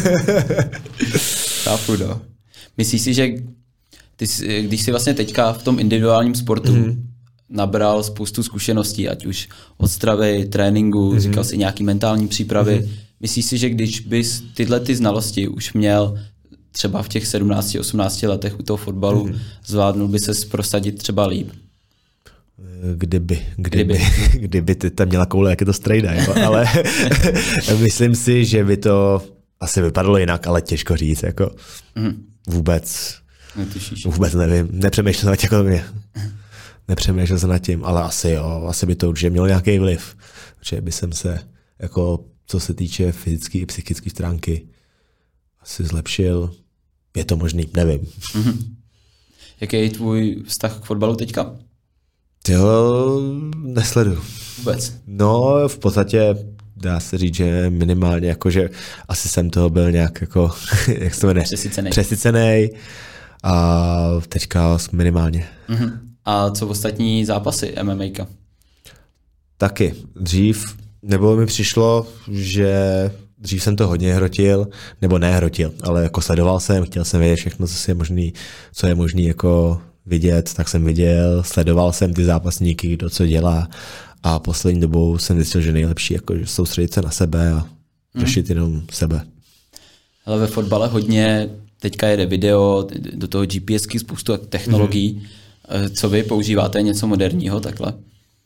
Chápu, no. Myslíš si, že ty, když jsi vlastně teďka v tom individuálním sportu mm-hmm. nabral spoustu zkušeností, ať už od stravy, tréninku, mm-hmm. říkal jsi nějaký mentální přípravy, mm-hmm. myslíš si, že když bys tyhle ty znalosti už měl třeba v těch sedmnácti osmnácti letech u toho fotbalu, mm-hmm. zvládnul by ses prosadit třeba líp? Kdyby, kdyby, kdyby, kdyby ty tam měla koule, jak je to strejda, jo? Ale myslím si, že by to asi vypadalo jinak, ale těžko říct, jako mm. vůbec, Netušíš. vůbec nevím, nepřemýšlel jsem nad tím, jako mě. Nepřemýšlel jsem nad tím, ale asi jo, asi by to určitě mělo nějaký vliv, že by jsem se, jako co se týče fyzické i psychické stránky, asi zlepšil, je to možný, nevím. Mm-hmm. Jaký je tvůj vztah k fotbalu teďka? Jo, nesleduju. Vůbec? No, v podstatě dá se říct, že minimálně, jakože asi jsem toho byl nějak jako, jak se to jmenuje? Přesycenej. Přesycenej a teďka minimálně. Uh-huh. A co ostatní zápasy M M A ka? Taky. Dřív, nebo mi přišlo, že dřív jsem to hodně hrotil, nebo nehrotil, ale jako sledoval jsem, chtěl jsem vědět všechno, co je možný, co je možný jako vidět, tak jsem viděl, sledoval jsem ty zápasníky, kdo co dělá a poslední dobou jsem zjistil, že nejlepší jako že soustředit se na sebe a řešit mm. jenom sebe. Ale ve fotbale hodně teďka jede video, do toho GPSky, spoustu technologií. Mm. Co vy používáte něco moderního takhle?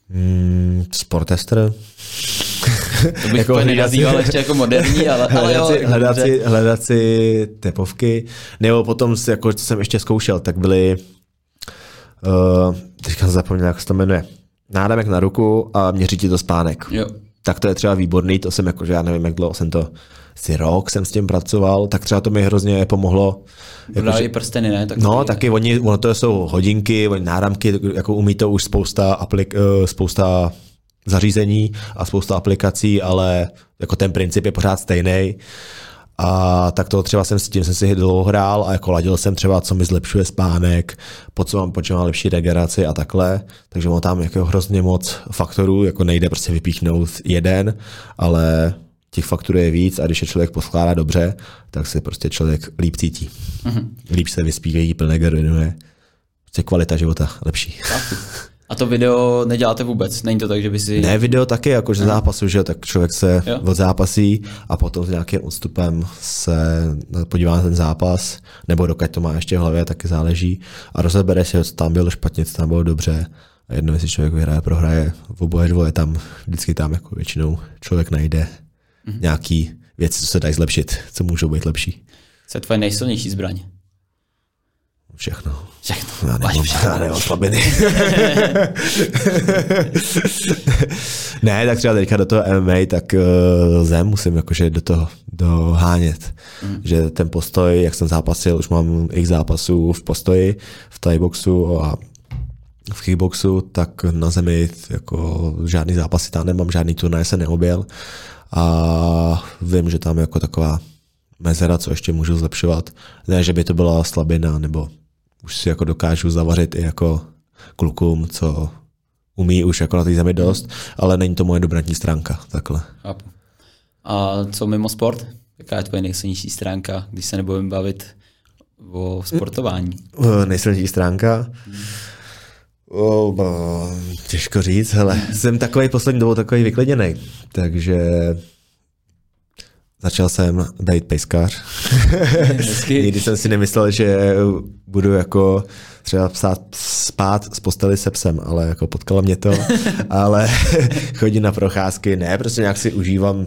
Mm, sportester. To bych jako úplně nenazýval ještě jako moderní, ale, ale hledat, jo, si, hledat, si, hledat si tepovky. Nebo potom, jako, co jsem ještě zkoušel, tak byly, uh, teďka jsem zapomněl, jak se to jmenuje, náramek na ruku a měří ti to spánek. Jo. Tak to je třeba výborný, to jsem jako, že já nevím, jak dlouho jsem to, asi rok jsem s tím pracoval, tak třeba to mi hrozně pomohlo. Jako, že, prsteny, ne? Tak no, taky oni, ono to jsou hodinky, oni náramky, jako umí to už spousta, aplik, spousta zařízení a spousta aplikací, ale jako ten princip je pořád stejný. A tak to třeba jsem s tím jsem si dlouho hrál a jako ladil jsem třeba, co mi zlepšuje spánek, po co mám, po čem mám lepší regeneraci a takhle. Takže mám tam jako hrozně moc faktorů, jako nejde prostě vypíchnout jeden, ale těch faktorů je víc a když je člověk poskládá dobře, tak se prostě člověk líp cítí. Mm-hmm. Líp se vyspí, líp regeneruje. Prostě kvalita života lepší. A to video neděláte vůbec? Není to tak, že by si... Ne, video taky, jakože zápasu, že tak člověk se jo. odzápasí a potom s nějakým odstupem se podívá na ten zápas, nebo dokud to má ještě v hlavě, taky záleží a rozebere se, co tam bylo špatně, co tam bylo dobře. A jedno, jestli člověk vyhraje, prohraje, v oboje dvoje tam, vždycky tam jako většinou člověk najde mm-hmm. nějaký věci, co se dají zlepšit, co můžou být lepší. Co je tvoje nejsilnější zbraň? Všechno. Všechno. Já nemám, já nemám slabiny. Ne, tak třeba teďka do toho M M A, tak uh, zem musím jakože do toho dohánět. Mm. Že ten postoj, jak jsem zápasil, už mám x zápasů v postoji, v thaiboxu a v kickboxu, tak na zemi jako žádný zápasy tam nemám, žádný turnaj se neobjel a vím, že tam jako taková mezera, co ještě můžu zlepšovat. Ne, že by to byla slabina, nebo už si jako dokážu zavařit i jako klukům, co umí už jako na té zemi dost, ale není to moje dominantní stránka, takhle. Chápu. A co mimo sport? Jaká je tvoje nejsilnější stránka, když se nebudeme bavit o sportování? Nejsilnější stránka? Hmm. Oh, bo, těžko říct, hele. Jsem takový poslední dobou takový vykliděnej, takže začal jsem být pejskař. Nikdy jsem si nemyslel, že budu jako třeba psát, spát z posteli se psem, ale jako potkalo mě to. Ale chodím na procházky, ne, prostě nějak si užívám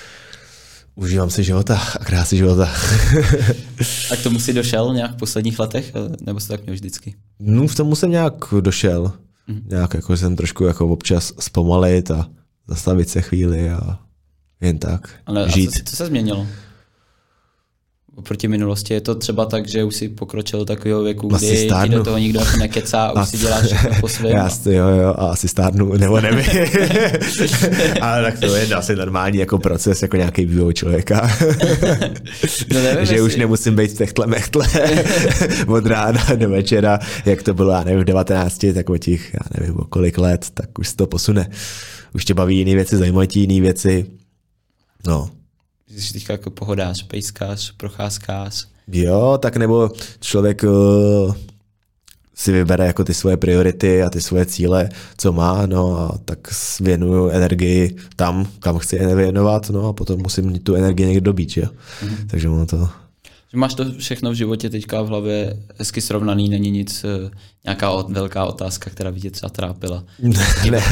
Užívám si života a krásy života. A k tomu si došel nějak v posledních letech, nebo jsi tak měl vždycky? No, v tomu jsem nějak došel. Mm. Nějak jako jsem trošku jako občas zpomalit a zastavit se chvíli a jen tak Ale žít. A co, co se změnilo? Oproti minulosti je to třeba tak, že už si pokročil do takového věku, kdy ti do toho nikdo jako nekecá a už si děláš všechno po svém. Já si, jo, jo, a asi stárnu, nebo nevím. Ale tak to je asi normální jako proces, jako nějaký vývoj člověka. No nevím, že jestli... už nemusím být techtle mechtle od rána do večera, jak to bylo, já nevím, v devatenácti, tak o těch, já nevím, o kolik let, tak už se to posune. Už tě baví jiné věci, zajímají tě jiné věci. No. Jsi teďka jako pohodář, pejskař, procházkář. Jo, tak nebo člověk uh, si vybere jako ty svoje priority a ty svoje cíle, co má, no a tak věnuju energii tam, kam chci věnovat, no a potom musím tu energii někde dobít, jo. Mm-hmm. Takže ono to... Že máš to všechno v životě teďka v hlavě hezky srovnaný, není nic, nějaká velká otázka, která by tě třeba trápila. Ne,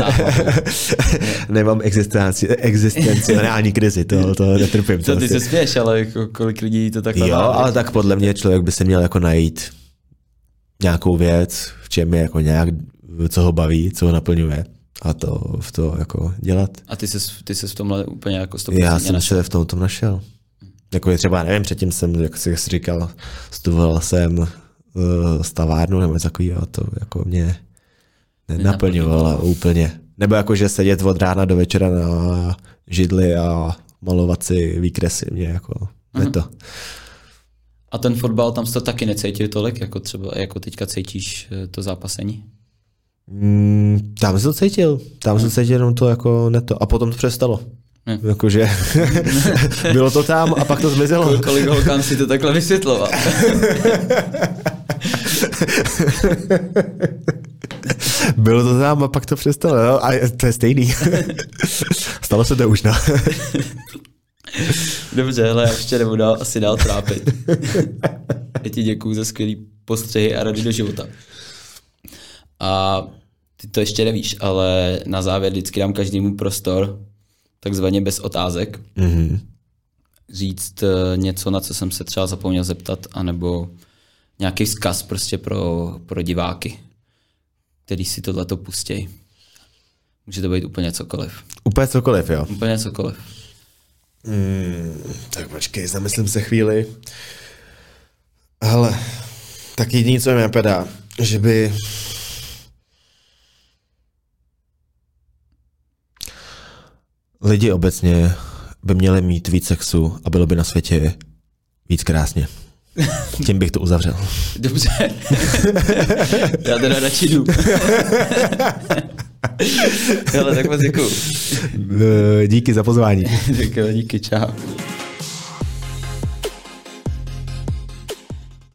nemám existenci, existenciální krizi, to, to netrpím. To ty se směješ, ale jako kolik lidí to takhle Jo, má, ale tak podle mě člověk by se měl jako najít nějakou věc, v čem je jako nějak, co ho baví, co ho naplňuje. A to v to jako dělat. A ty ses, ty ses v tomhle úplně jako sto procent Já jsem našel. se v tom, tom našel. Jako je třeba, nevím, předtím jsem, jak jsi říkal, studoval jsem uh, stavárnu nebo takového, to jako mě nenaplňovalo úplně. Nebo jako, že sedět od rána do večera na židli a malovat si výkresy, mě jako ne to. A ten fotbal, tam jsi to taky necítil tolik, jako třeba jako teďka cítíš to zápasení? Mm, tam jsem to cítil, tam jsem cítil jenom to jako neto. A potom to přestalo. Hmm. Jakože bylo to tam a pak to zmizelo. Kolik holkám si to takhle vysvětloval? Bylo to tam a pak to přestalo. No? A to je stejný. Stalo se to už, no. Dobře, hele, já ještě nebudu dál, asi dál trápit. Já ti děkuju za skvělý postřehy a rady do života. A ty to ještě nevíš, ale na závěr vždycky dám každému prostor, takzvaně bez otázek. Mm-hmm. Říct něco, na co jsem se třeba zapomněl zeptat, anebo nějaký vzkaz prostě pro, pro diváky, který si tohleto pustějí. Může to být úplně cokoliv. Úplně cokoliv, jo? Úplně cokoliv. Hmm, tak počkej, zamyslím se chvíli. Hele, tak jediné, co mi napadá, že by... Lidi obecně by měli mít víc sexu a bylo by na světě víc krásně. Tím bych to uzavřel. Dobře. Já teda radši jdu. Hele, tak moc děkuju. Díky za pozvání. Díky, díky, čau.